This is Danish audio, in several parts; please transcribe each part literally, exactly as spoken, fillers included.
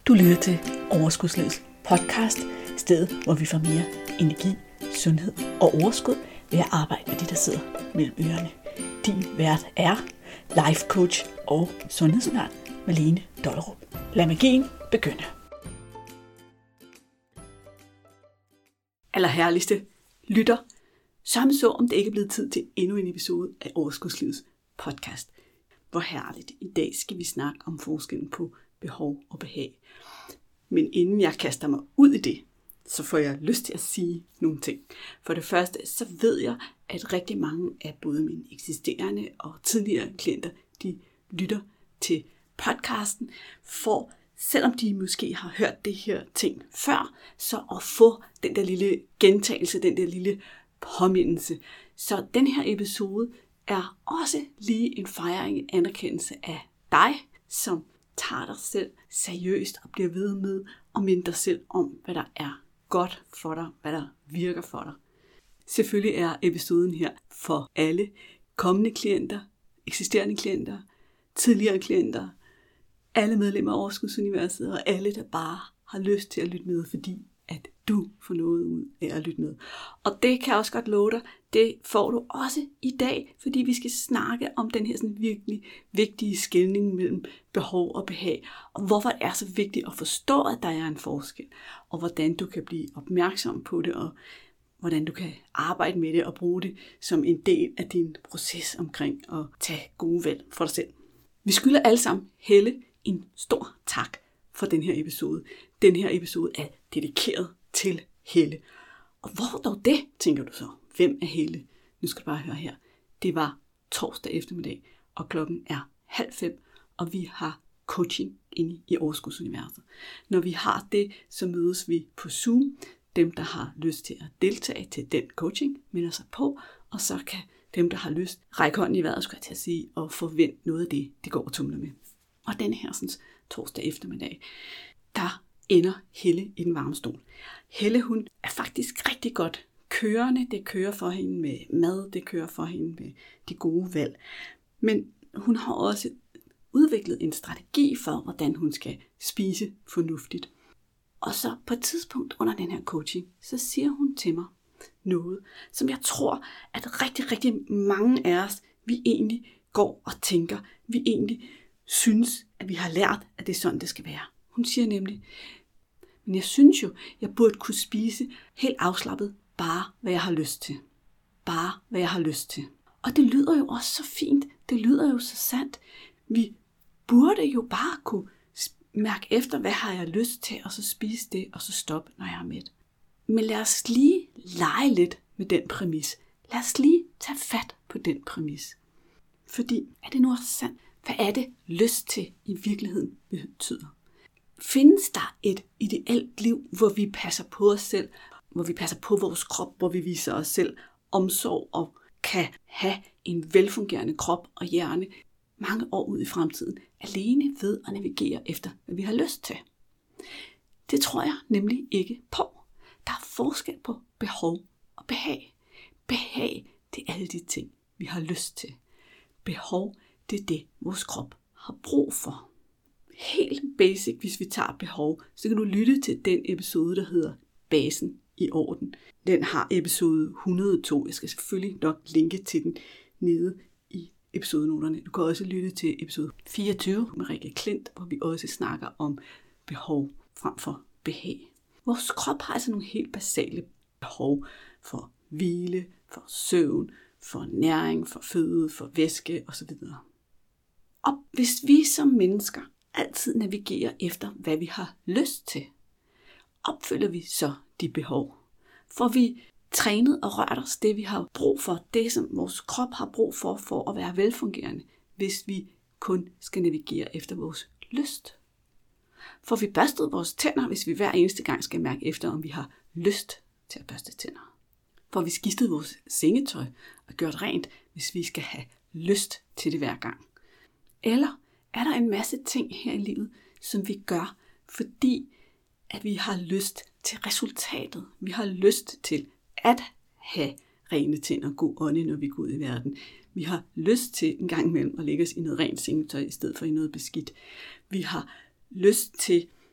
Du lytter til Overskudslivets podcast, stedet hvor vi får mere energi, sundhed og overskud ved at arbejde med det, der sidder mellem ørerne. Din vært er life coach og sundhedsnørd Malene Dollerup. Lad magien begynde. Allerherligste lytter, som så om det ikke er blevet tid til endnu en episode af Overskudslivets podcast. Hvor herligt. I dag skal vi snakke om forskellen på behov og behag. Men inden jeg kaster mig ud i det, så får jeg lyst til at sige nogle ting. For det første, så ved jeg, at rigtig mange af både mine eksisterende og tidligere klienter, de lytter til podcasten, for selvom de måske har hørt det her ting før, så at få den der lille gentagelse, den der lille påmindelse. Så den her episode er også lige en fejring, en anerkendelse af dig, som tager dig selv seriøst og bliver ved med at minde dig selv om, hvad der er godt for dig, hvad der virker for dig. Selvfølgelig er episoden her for alle kommende klienter, eksisterende klienter, tidligere klienter, alle medlemmer af Overskudsuniverset og alle, der bare har lyst til at lytte med, fordi at du får noget ud af at lytte med. Og det kan jeg også godt love dig, det får du også i dag, fordi vi skal snakke om den her sådan virkelig vigtige skelning mellem behov og behag, og hvorfor det er så vigtigt at forstå, at der er en forskel, og hvordan du kan blive opmærksom på det, og hvordan du kan arbejde med det og bruge det som en del af din proces omkring at tage gode valg for dig selv. Vi skylder alle sammen Helle en stor tak for den her episode. Den her episode er dedikeret til Helle. Og hvor dog det, tænker du så? Hvem er Helle? Nu skal du bare høre her. Det var torsdag eftermiddag, og klokken er halv fem, og vi har coaching inde i Overskudsuniverset. Når vi har det, så mødes vi på Zoom. Dem, der har lyst til at deltage til den coaching, melder sig på, og så kan dem, der har lyst, række hånden i vejret, skulle jeg til at sige, og forvente noget af det, de går og tumler med. Og den her sådan, torsdag eftermiddag, der ender Helle i den varme stol. Helle, hun er faktisk rigtig godt kørende. Det kører for hende med mad, det kører for hende med de gode valg. Men hun har også udviklet en strategi for, hvordan hun skal spise fornuftigt. Og så på et tidspunkt under den her coaching, så siger hun til mig noget, som jeg tror, at rigtig, rigtig mange af os, vi egentlig går og tænker, vi egentlig synes, at vi har lært, at det er sådan, det skal være. Hun siger nemlig, men jeg synes jo, jeg burde kunne spise helt afslappet, bare hvad jeg har lyst til. Bare hvad jeg har lyst til. Og det lyder jo også så fint. Det lyder jo så sandt. Vi burde jo bare kunne mærke efter, hvad har jeg lyst til, og så spise det, og så stoppe, når jeg er mæt. Men lad os lige lege lidt med den præmis. Lad os lige tage fat på den præmis. Fordi, er det nu også sandt? Hvad er det lyst til i virkeligheden betyder? Findes der et ideelt liv, hvor vi passer på os selv, hvor vi passer på vores krop, hvor vi viser os selv omsorg og kan have en velfungerende krop og hjerne mange år ud i fremtiden, alene ved at navigere efter, hvad vi har lyst til? Det tror jeg nemlig ikke på. Der er forskel på behov og behag. Behag, det er alle de ting, vi har lyst til. Behov, det er det, vores krop har brug for. Helt basic, hvis vi tager behov, så kan du lytte til den episode, der hedder Basen i orden. Den har episode et hundrede og to. Jeg skal selvfølgelig nok linke til den nede i episodenoterne. Du kan også lytte til episode fireogtyve med Rikke Klint, hvor vi også snakker om behov frem for behag. Vores krop har altså nogle helt basale behov for hvile, for søvn, for næring, for føde, for væske osv. Og hvis vi som mennesker altid navigerer efter, hvad vi har lyst til, opfylder vi så de behov. Får vi trænet og rørt os det, vi har brug for, det som vores krop har brug for, for at være velfungerende, hvis vi kun skal navigere efter vores lyst. Får vi børstet vores tænder, hvis vi hver eneste gang skal mærke efter, om vi har lyst til at børste tænder. Får vi skiftet vores sengetøj og gjort rent, hvis vi skal have lyst til det hver gang. Eller er der en masse ting her i livet, som vi gør, fordi at vi har lyst til resultatet. Vi har lyst til at have rene tænder og god ånde, når vi går ud i verden. Vi har lyst til en gang imellem at lægge os i noget rent sengetøj, i stedet for i noget beskidt. Vi har lyst til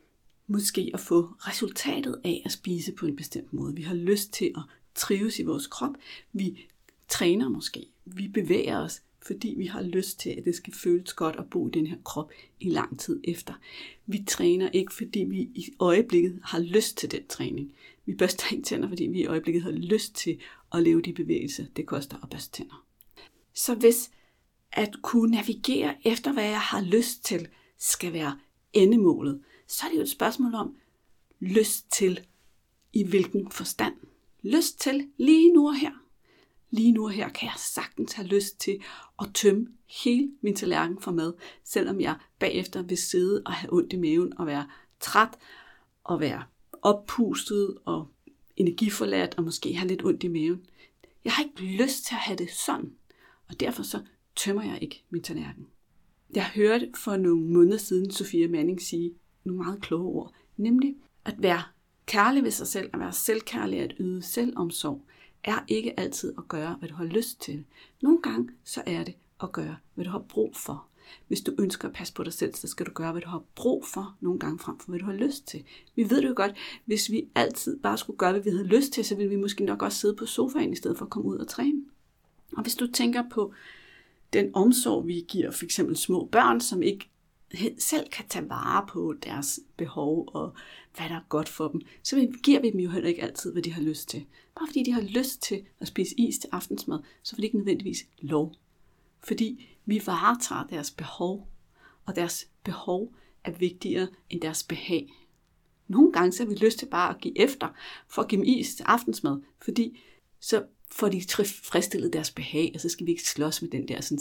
måske at få resultatet af at spise på en bestemt måde. Vi har lyst til at trives i vores krop. Vi træner måske. Vi bevæger os, fordi vi har lyst til, at det skal føles godt at bo i den her krop i lang tid efter. Vi træner ikke, fordi vi i øjeblikket har lyst til den træning. Vi børster ikke tænder, fordi vi i øjeblikket har lyst til at leve de bevægelser, det koster at børste tænder. Så hvis at kunne navigere efter, hvad jeg har lyst til, skal være endemålet, så er det jo et spørgsmål om lyst til i hvilken forstand. Lyst til lige nu og her. Lige nu og her kan jeg sagtens have lyst til at tømme hele min tallerken for mad, selvom jeg bagefter vil sidde og have ondt i maven og være træt og være oppustet og energiforladt og måske have lidt ondt i maven. Jeg har ikke lyst til at have det sådan, og derfor så tømmer jeg ikke min tallerken. Jeg hørte for nogle måneder siden Sofia Manning sige nogle meget kloge ord, nemlig at være kærlig ved sig selv, at være selvkærlig, at yde selvomsorg, er ikke altid at gøre, hvad du har lyst til. Nogle gange så er det at gøre, hvad du har brug for. Hvis du ønsker at passe på dig selv, så skal du gøre, hvad du har brug for, nogle gange frem for, hvad du har lyst til. Vi ved det jo godt, hvis vi altid bare skulle gøre, hvad vi havde lyst til, så ville vi måske nok også sidde på sofaen, i stedet for at komme ud og træne. Og hvis du tænker på den omsorg, vi giver for eksempel små børn, som ikke selv kan tage vare på deres behov og hvad der er godt for dem, så giver vi dem jo heller ikke altid, hvad de har lyst til. Bare fordi de har lyst til at spise is til aftensmad, så får de ikke nødvendigvis lov. Fordi vi varetager deres behov, og deres behov er vigtigere end deres behag. Nogle gange så har vi lyst til bare at give efter for at give dem is til aftensmad, fordi så får de tilfredsstillet deres behag, og så skal vi ikke slås med den der sådan,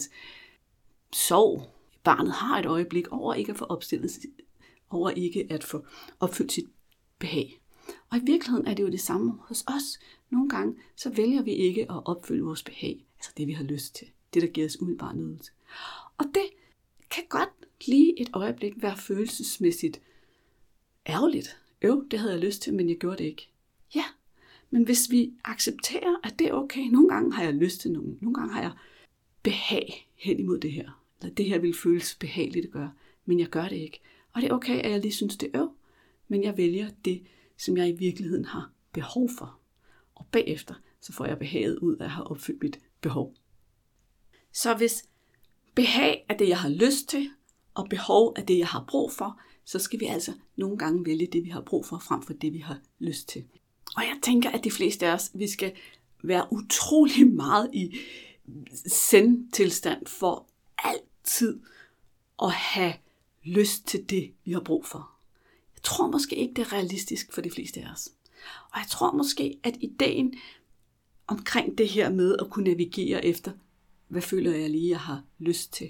sorg. Barnet har et øjeblik over ikke at få opstillet, over ikke at få opfyldt sit behag. Og i virkeligheden er det jo det samme hos os. Nogle gange så vælger vi ikke at opfylde vores behag, altså det vi har lyst til, det der giver os umiddelbar nydelse. Og det kan godt lige et øjeblik være følelsesmæssigt ærgerligt. Jo, det havde jeg lyst til, men jeg gjorde det ikke. Ja, men hvis vi accepterer, at det er okay, nogle gange har jeg lyst til nogen, nogle gange har jeg behag hen imod det her, eller det her vil føles behageligt at gøre, men jeg gør det ikke. Og det er okay, at jeg lige synes, det er øv, men jeg vælger det, som jeg i virkeligheden har behov for. Og bagefter, så får jeg behaget ud af at have opfyldt mit behov. Så hvis behag er det, jeg har lyst til, og behov er det, jeg har brug for, så skal vi altså nogle gange vælge det, vi har brug for, frem for det, vi har lyst til. Og jeg tænker, at de fleste af os, vi skal være utrolig meget i zen-tilstand for altid at have lyst til det, vi har brug for. Jeg tror måske ikke, det er realistisk for de fleste af os. Og jeg tror måske, at ideen omkring det her med at kunne navigere efter, hvad føler jeg lige, jeg har lyst til,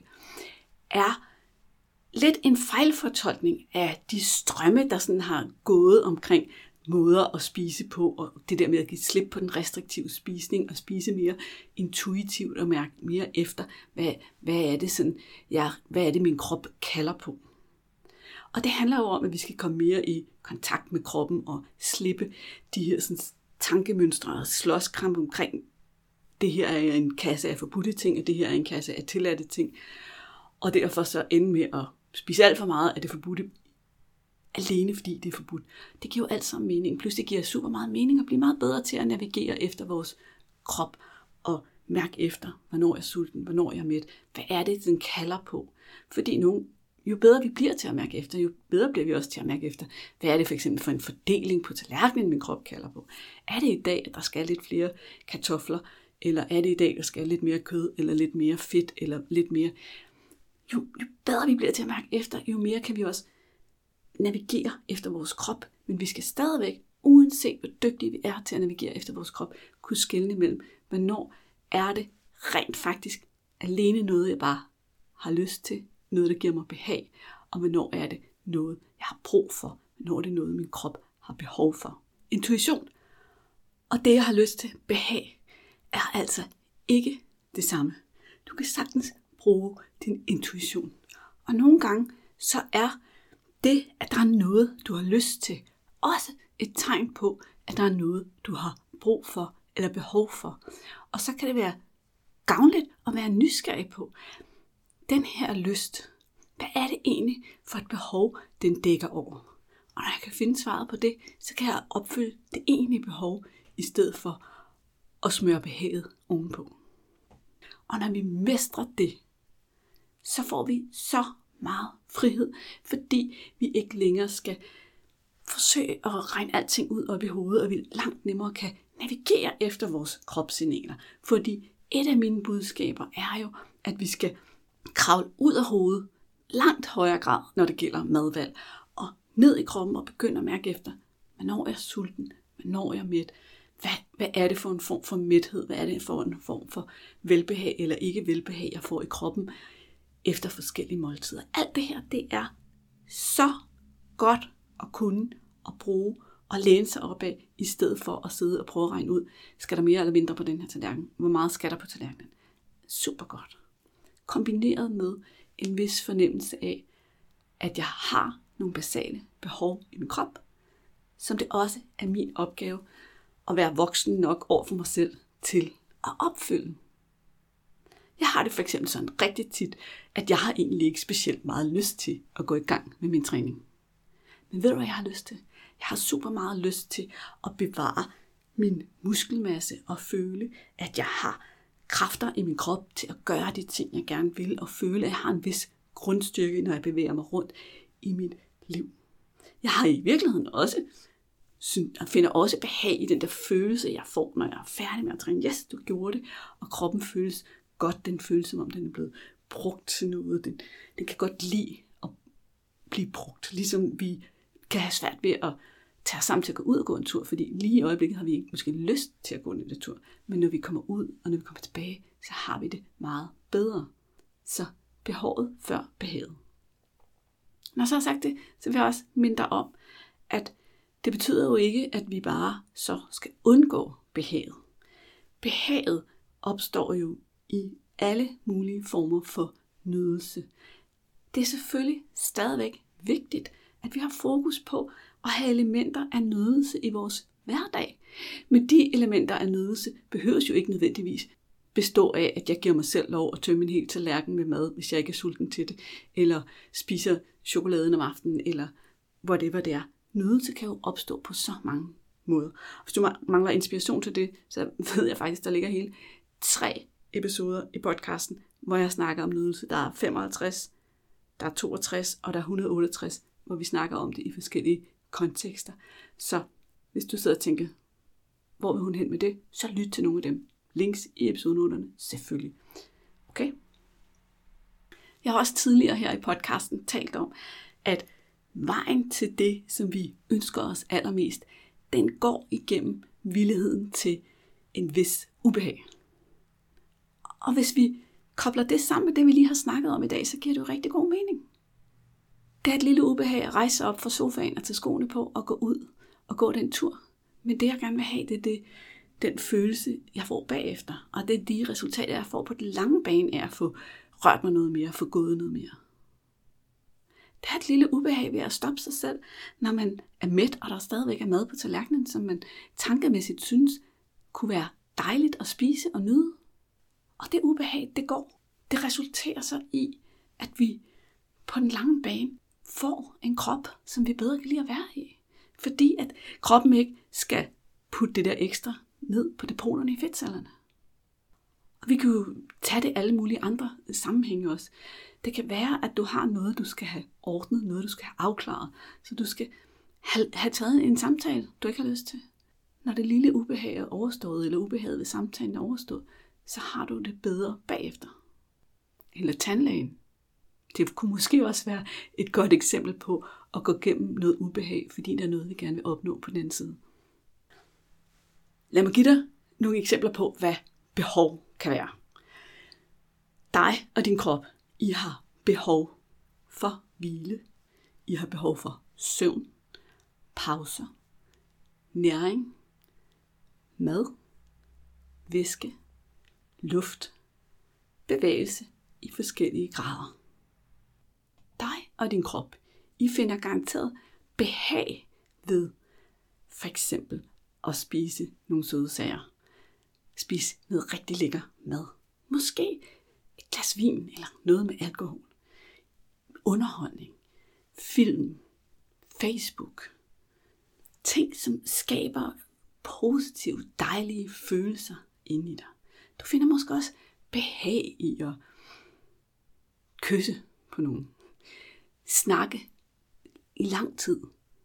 er lidt en fejlfortolkning af de strømme, der sådan har gået omkring måder at spise på, og det der med at give slip på den restriktive spisning, og spise mere intuitivt og mærke mere efter, hvad, hvad, er det sådan, jeg, hvad er det, min krop kalder på. Og det handler jo om, at vi skal komme mere i kontakt med kroppen og slippe de her sådan, tankemønstre og slåskrampe omkring, det her er en kasse af forbudte ting, og det her er en kasse af tilladte ting. Og derfor så ende med at spise alt for meget af det forbudte, alene fordi det er forbudt. Det giver jo alt sammen mening. Pludselig giver det super meget mening at blive meget bedre til at navigere efter vores krop og mærke efter, hvornår jeg er sulten, hvornår jeg er mæt. Hvad er det, den kalder på? Fordi nu, jo bedre vi bliver til at mærke efter, jo bedre bliver vi også til at mærke efter. Hvad er det for eksempel for en fordeling på tallerkenen, min krop kalder på? Er det i dag, at der skal lidt flere kartofler, eller er det i dag, der skal lidt mere kød, eller lidt mere fedt, eller lidt mere... Jo, jo bedre vi bliver til at mærke efter, jo mere kan vi også navigere efter vores krop. Men vi skal stadigvæk, uanset hvor dygtige vi er til at navigere efter vores krop, kunne skelne mellem, hvornår er det rent faktisk alene noget, jeg bare har lyst til, noget, der giver mig behag, og hvornår er det noget, jeg har brug for, hvornår er det noget, min krop har behov for. Intuition og det, jeg har lyst til, behag, er altså ikke det samme. Du kan sagtens bruge din intuition. Og nogle gange, så er det, at der er noget, du har lyst til, også et tegn på, at der er noget, du har brug for eller behov for. Og så kan det være gavnligt at være nysgerrig på, den her lyst, hvad er det egentlig for et behov, den dækker over? Og når jeg kan finde svaret på det, så kan jeg opfylde det egentlige behov, i stedet for at smøre behaget ovenpå. Og når vi mestrer det, så får vi så meget frihed, fordi vi ikke længere skal forsøge at regne alting ud op i hovedet, og vi langt nemmere kan navigere efter vores kropssignaler. Fordi et af mine budskaber er jo, at vi skal kravle ud af hovedet langt højere grad, når det gælder madvalg, og ned i kroppen og begynde at mærke efter, hvornår er jeg sulten, hvornår er jeg mæt, hvad, hvad er det for en form for mæthed, hvad er det for en form for velbehag eller ikke velbehag, jeg får i kroppen efter forskellige måltider. Alt det her, det er så godt at kunne og bruge og læne sig op af, i stedet for at sidde og prøve at regne ud, skal der mere eller mindre på den her tallerken? Hvor meget skal der på tallerkenen? Super godt. Kombineret med en vis fornemmelse af, at jeg har nogle basale behov i min krop, som det også er min opgave at være voksen nok over for mig selv til at opfylde. Jeg har det for eksempel sådan rigtig tit, at jeg har egentlig ikke specielt meget lyst til at gå i gang med min træning. Men ved du, hvad jeg har lyst til? Jeg har super meget lyst til at bevare min muskelmasse og føle, at jeg har kræfter i min krop til at gøre de ting, jeg gerne vil, og føle, at jeg har en vis grundstyrke, når jeg bevæger mig rundt i mit liv. Jeg har i virkeligheden også, jeg finder også behag i den der følelse, jeg får, når jeg er færdig med at træne. Yes, du gjorde det, og kroppen føles godt. Den føles, som om den er blevet brugt til noget. Den, den kan godt lide at blive brugt, ligesom vi kan have svært ved at tage os sammen til at gå ud og gå en tur, fordi lige i øjeblikket har vi ikke måske lyst til at gå en lille tur, men når vi kommer ud, og når vi kommer tilbage, så har vi det meget bedre. Så behovet før behaget. Når jeg så har sagt det, så vil jeg også minde dig om, at det betyder jo ikke, at vi bare så skal undgå behaget. Behaget opstår jo i alle mulige former for nydelse. Det er selvfølgelig stadigvæk vigtigt, at vi har fokus på at have elementer af nydelse i vores hverdag. Men de elementer af nydelse behøves jo ikke nødvendigvis bestå af, at jeg giver mig selv lov at tømme en hel tallerken med mad, hvis jeg ikke er sulten til det, eller spiser chokoladen om aftenen, eller whatever det er. Nydelse kan jo opstå på så mange måder. Hvis du mangler inspiration til det, så ved jeg faktisk, der ligger hele tre episoder i podcasten, hvor jeg snakker om nydelse. Der er femoghalvtreds, der er toogtres, og der er et hundrede og otteogtres, hvor vi snakker om det i forskellige kontekster. Så hvis du sidder og tænker, hvor vil hun hen med det, så lyt til nogle af dem. Links i episodenoterne, selvfølgelig. Okay? Jeg har også tidligere her i podcasten talt om, at vejen til det, som vi ønsker os allermest, den går igennem villigheden til en vis ubehag. Og hvis vi kobler det sammen med det, vi lige har snakket om i dag, så giver det jo rigtig god mening. Det er et lille ubehag at rejse op fra sofaen og tage skoene på og gå ud og gå den tur. Men det, jeg gerne vil have, det er det, den følelse, jeg får bagefter. Og det er de resultater, jeg får på den lange bane af at få rørt mig noget mere, få gået noget mere. Der er et lille ubehag ved at stoppe sig selv, når man er mæt, og der stadigvæk er mad på tallerkenen, som man tankemæssigt synes kunne være dejligt at spise og nyde. Og det ubehag, det går. Det resulterer så i, at vi på den lange bane får en krop, som vi bedre kan lide at være i. Fordi at kroppen ikke skal putte det der ekstra ned på depoterne i fedtcellerne. Og vi kan jo tage det alle mulige andre sammenhænge også. Det kan være, at du har noget, du skal have ordnet, noget, du skal have afklaret. Så du skal have, have taget en samtale, du ikke har lyst til. Når det lille ubehag er overstået, eller ubehaget ved samtalen er overstået, så har du det bedre bagefter. Eller tandlægen. Det kunne måske også være et godt eksempel på at gå gennem noget ubehag, fordi der er noget, vi gerne vil opnå på den anden side. Lad mig give dig nogle eksempler på, hvad behov kan være. Dig og din krop, I har behov for hvile. I har behov for søvn, pauser, næring, mad, væske, luft, bevægelse i forskellige grader. Dig og din krop, I finder garanteret behag ved for eksempel at spise nogle søde sager. Spise noget rigtig lækker mad. Måske et glas vin eller noget med alkohol. Underholdning, film, Facebook. Ting, som skaber positive, dejlige følelser inde i dig. Du finder måske også behag i at kysse på nogen. Snakke i lang tid.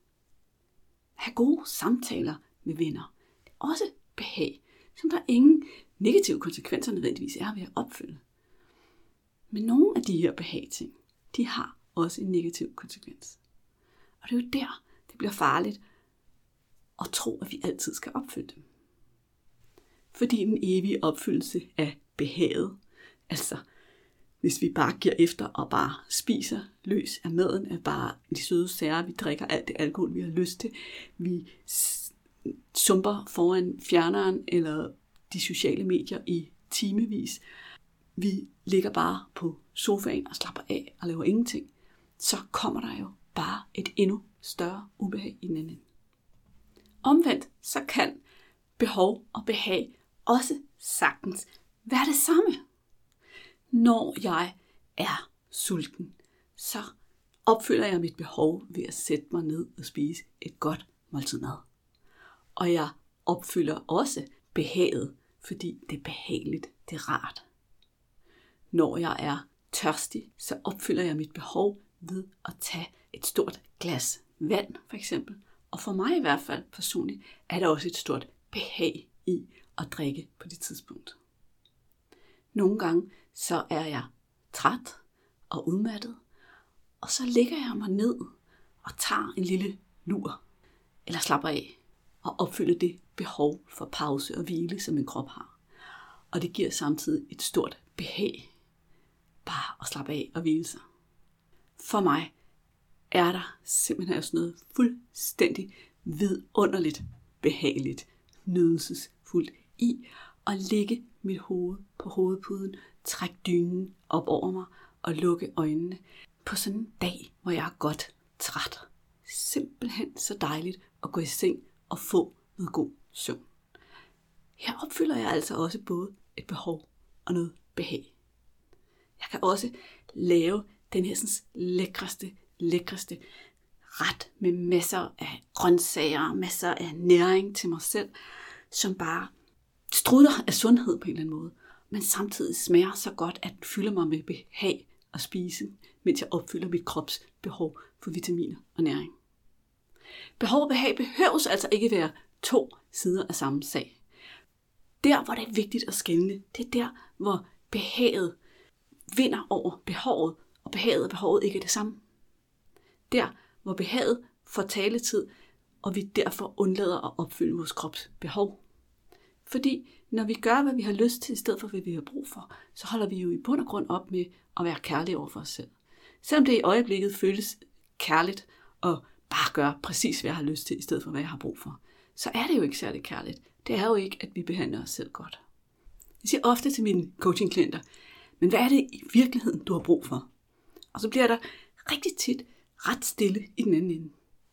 Have gode samtaler med venner. Det er også behag, som der ingen negative konsekvenser nødvendigvis er ved at opfylde. Men nogle af de her behag-ting, de har også en negativ konsekvens. Og det er jo der, det bliver farligt at tro, at vi altid skal opfylde dem. Fordi den evige opfyldelse af behaget, altså hvis vi bare giver efter og bare spiser løs af maden, af bare de søde sager, vi drikker alt det alkohol, vi har lyst til, vi sumper foran fjerneren eller de sociale medier i timevis, vi ligger bare på sofaen og slapper af og laver ingenting, så kommer der jo bare et endnu større ubehag i den anden. Omvendt så kan behov og behag også sagtens være det samme. Når jeg er sulten, så opfylder jeg mit behov ved at sætte mig ned og spise et godt måltid mad. Og jeg opfylder også behaget, fordi det er behageligt, det er rart. Når jeg er tørstig, så opfylder jeg mit behov ved at tage et stort glas vand, for eksempel. Og for mig i hvert fald personligt, er der også et stort behag i at drikke på det tidspunkt. Nogle gange så er jeg træt og udmattet, og så ligger jeg mig ned og tager en lille lur, eller slapper af, og opfylder det behov for pause og hvile, som min krop har. Og det giver samtidig et stort behag, bare at slappe af og hvile sig. For mig er der simpelthen også noget fuldstændig vidunderligt, behageligt, nydelsesfuldt i at lægge mit hoved på hovedpuden, trække dynen op over mig og lukke øjnene på sådan en dag, hvor jeg er godt træt. Simpelthen så dejligt at gå i seng og få noget god søvn. Her opfylder jeg altså også både et behov og noget behag. Jeg kan også lave den her sådan lækreste, lækreste ret med masser af grøntsager, masser af næring til mig selv, som bare strutter af sundhed på en eller anden måde, men samtidig smager så godt, at den fylder mig med behag at spise, mens jeg opfylder mit krops behov for vitaminer og næring. Behov og behag behøves altså ikke være to sider af samme sag. Der, hvor det er vigtigt at skelne, det er der, hvor behaget vinder over behovet, og behaget og behovet ikke er det samme. Der, hvor behaget får taletid, og vi derfor undlader at opfylde vores krops behov. Fordi når vi gør, hvad vi har lyst til, i stedet for, hvad vi har brug for, så holder vi jo i bund og grund op med at være kærlige over for os selv. Selvom det i øjeblikket føles kærligt at bare gøre præcis, hvad jeg har lyst til, i stedet for, hvad jeg har brug for, så er det jo ikke særlig kærligt. Det er jo ikke, at vi behandler os selv godt. Jeg siger ofte til mine coachingklienter, men hvad er det i virkeligheden, du har brug for? Og så bliver der rigtig tit ret stille i den anden ende.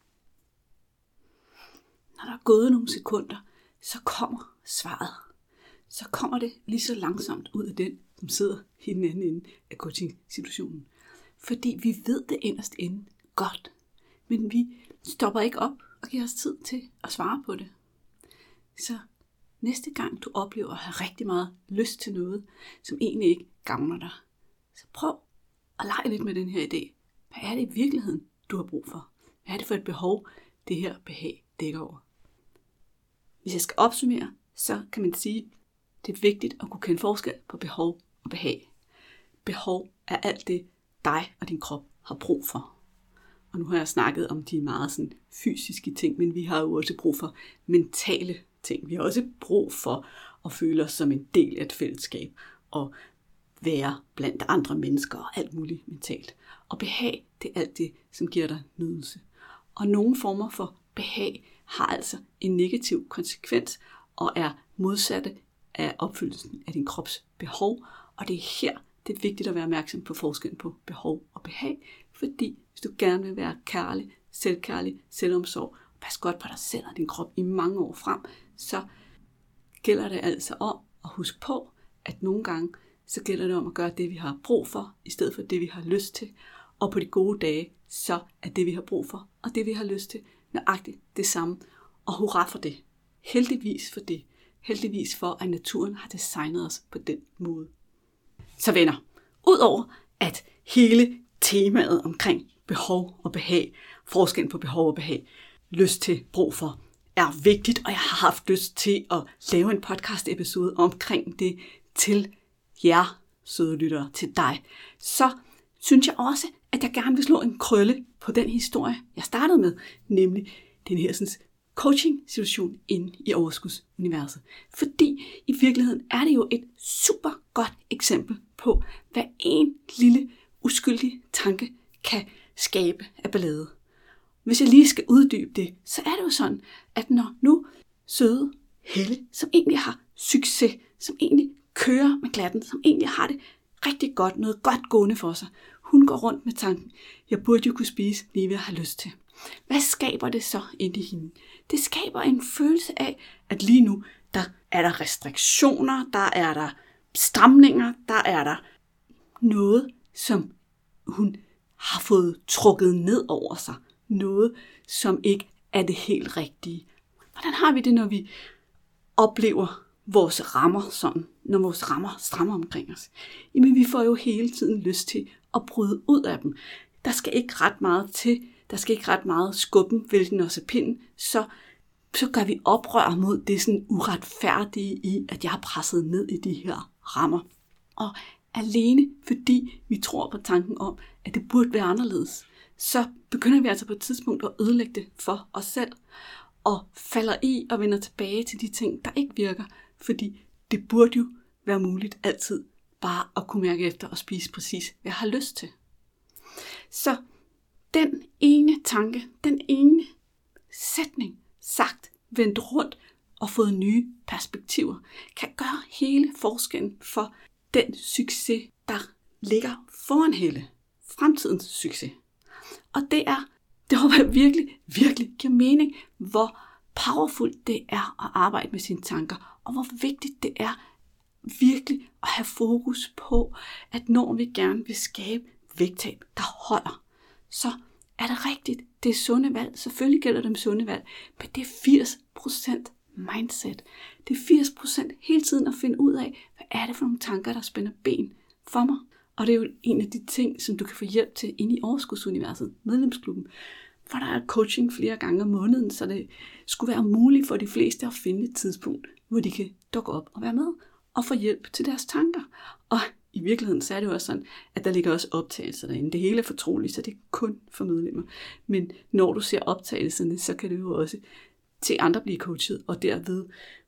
Når der er gået nogle sekunder, så kommer svaret. Så kommer det lige så langsomt ud af den, som sidder i den anden ende af coaching-situationen. Fordi vi ved det inderst inde godt, men vi stopper ikke op og giver os tid til at svare på det. Så næste gang du oplever at have rigtig meget lyst til noget, som egentlig ikke gavner dig, så prøv at lege lidt med den her idé. Hvad er det i virkeligheden, du har brug for? Hvad er det for et behov, det her behag dækker over? Hvis jeg skal opsummere, så kan man sige, at det er vigtigt at kunne kende forskel på behov og behag. Behov er alt det, dig og din krop har brug for. Og nu har jeg snakket om de meget sådan fysiske ting, men vi har jo også brug for mentale ting. Vi har også brug for at føle os som en del af et fællesskab og være blandt andre mennesker og alt muligt mentalt. Og behag, det er alt det, som giver dig nydelse. Og nogle former for behag har altså en negativ konsekvens og er modsatte af opfyldelsen af din krops behov. Og det er her, det er vigtigt at være opmærksom på forskellen på behov og behag, fordi hvis du gerne vil være kærlig, selvkærlig, selvomsorg, pas godt på dig selv og din krop i mange år frem, så gælder det altså om at huske på, at nogle gange, så gælder det om at gøre det, vi har brug for, i stedet for det, vi har lyst til. Og på de gode dage, så er det, vi har brug for, og det, vi har lyst til, nøjagtigt det samme. Og hurra for det. Heldigvis for det. Heldigvis for, at naturen har designet os på den måde. Så venner, udover at hele temaet omkring behov og behag, forskellen på behov og behag, lyst til, brug for, er vigtigt, og jeg har haft lyst til at lave en podcast episode omkring det til jer, søde lyttere, til dig, så synes jeg også, at jeg gerne vil slå en krølle på den historie, jeg startede med, nemlig den her sådan, coaching-situation inde i overskudsuniverset. Fordi i virkeligheden er det jo et super godt eksempel på, hvad en lille uskyldig tanke kan skabe af ballade. Hvis jeg lige skal uddybe det, så er det jo sådan, at når nu søde Helle, som egentlig har succes, som egentlig kører med glatten, som egentlig har det rigtig godt, noget godt gående for sig, hun går rundt med tanken, jeg burde jo kunne spise lige ved at have lyst til. Hvad skaber det så inde i hende? Det skaber en følelse af, at lige nu, der er der restriktioner, der er der stramninger, der er der noget, som hun har fået trukket ned over sig. Noget, som ikke er det helt rigtige. Hvordan har vi det, når vi oplever vores rammer sådan, når vores rammer strammer omkring os? Jamen, vi får jo hele tiden lyst til at bryde ud af dem. Der skal ikke ret meget til, der skal ikke ret meget skubben, vælten os af pinden, så, så gør vi oprør mod det sådan uretfærdige i, at jeg har presset ned i de her rammer. Og alene fordi vi tror på tanken om, at det burde være anderledes, så begynder vi altså på et tidspunkt at ødelægge det for os selv, og falder i og vender tilbage til de ting, der ikke virker, fordi det burde jo være muligt altid bare at kunne mærke efter og spise præcis, hvad jeg har lyst til. Så den ene tanke, den ene sætning, sagt, vendt rundt og fået nye perspektiver, kan gøre hele forskellen for den succes, der ligger foran Helle. Fremtidens succes. Og det er, det håber jeg virkelig, virkelig giver mening, hvor powerfult det er at arbejde med sine tanker, og hvor vigtigt det er virkelig at have fokus på, at når vi gerne vil skabe vægttab, der holder, så er det rigtigt. Det er sunde valg. Selvfølgelig gælder det om sunde valg, men det er firs procent mindset. Det er firs procent hele tiden at finde ud af, hvad er det for nogle tanker, der spænder ben for mig. Og det er jo en af de ting, som du kan få hjælp til inde i Overskudsuniverset, medlemsklubben, hvor der er coaching flere gange om måneden, så det skulle være muligt for de fleste at finde et tidspunkt, hvor de kan dukke op og være med og få hjælp til deres tanker. Og i virkeligheden så er det jo også sådan, at der ligger også optagelser derinde. Det hele er fortroligt, så det er kun for medlemmer. Men når du ser optagelserne, så kan det jo også til andre blive coachet, og derved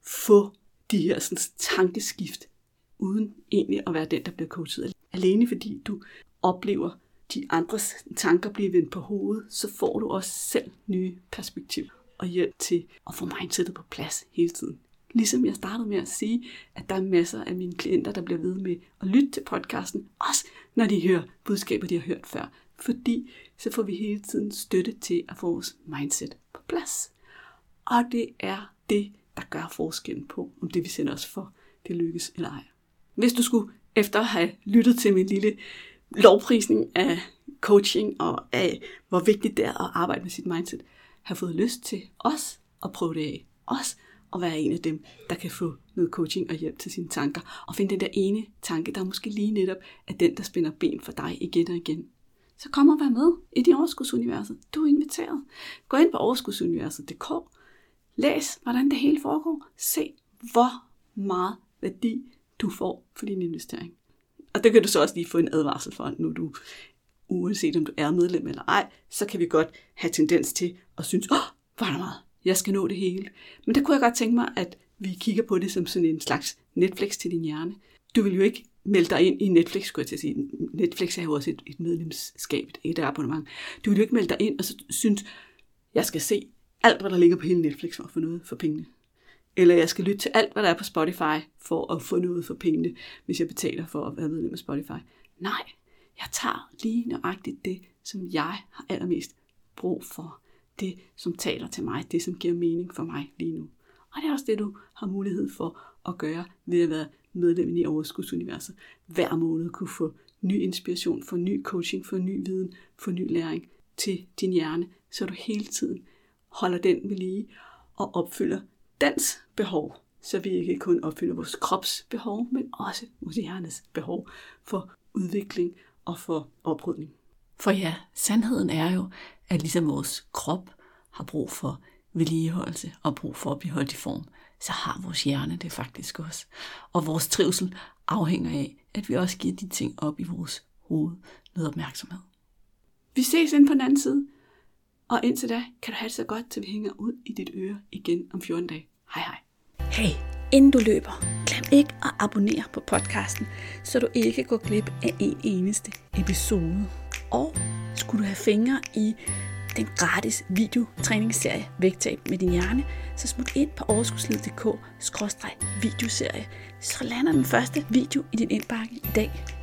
få de her sådan, tankeskift, uden egentlig at være den, der bliver coachet. Alene fordi du oplever de andres tanker blive vendt på hovedet, så får du også selv nye perspektiver og hjælp til at få mindsetet på plads hele tiden. Ligesom jeg startede med at sige, at der er masser af mine klienter, der bliver ved med at lytte til podcasten, også når de hører budskaber, de har hørt før. Fordi så får vi hele tiden støtte til at få vores mindset på plads. Og det er det, der gør forskellen på, om det vi sender os for, det lykkes eller ej. Hvis du skulle, efter at have lyttet til min lille lovprisning af coaching og af, hvor vigtigt det er at arbejde med sit mindset, have fået lyst til os at prøve det af. Os at være en af dem, der kan få noget coaching og hjælp til sine tanker. Og finde den der ene tanke, der måske lige netop er den, der spænder ben for dig igen og igen. Så kom og vær med i det Overskudsuniverset. Du er inviteret. Gå ind på overskudsuniverset punktum d k. Læs, hvordan det hele foregår. Se, hvor meget værdi du får for din investering. Og det kan du så også lige få en advarsel for, nu du, uanset om du er medlem eller ej, så kan vi godt have tendens til at synes, åh, hvor er der meget, jeg skal nå det hele. Men der kunne jeg godt tænke mig, at vi kigger på det som sådan en slags Netflix til din hjerne. Du vil jo ikke melde dig ind i Netflix, skulle jeg til at sige. Netflix er jo også et, et medlemskab, et abonnement. Du vil jo ikke melde dig ind og så synes, jeg skal se alt, hvad der ligger på hele Netflix for at få noget for pengene. Eller jeg skal lytte til alt, hvad der er på Spotify, for at få noget for pengene, hvis jeg betaler for at være medlem af Spotify. Nej, jeg tager lige nøjagtigt det, som jeg har allermest brug for. Det, som taler til mig, det, som giver mening for mig lige nu. Og det er også det, du har mulighed for at gøre ved at være medlem i Overskudsuniverset. Hver måned kunne få ny inspiration, få ny coaching, få ny viden, få ny læring til din hjerne, så du hele tiden holder den ved lige og opfylder dens behov, så vi ikke kun opfylder vores krops behov, men også vores hjernes behov for udvikling og for oprydning. For ja, sandheden er jo, at ligesom vores krop har brug for vedligeholdelse og brug for at blive holdt i form, så har vores hjerne det faktisk også. Og vores trivsel afhænger af, at vi også giver de ting op i vores hoved noget opmærksomhed. Vi ses ind på den anden side, og indtil da kan du have det så godt, til vi hænger ud i dit øre igen om fjorten dage. Hej hej. Hey, inden du løber, glem ikke at abonnere på podcasten, så du ikke går glip af en eneste episode. Og skulle du have fingre i den gratis videotræningsserie Vægtab med din hjerne, så smut ind på overskudslivet punktum d k skråstreg videoserie, så lander den første video i din indbakke i dag.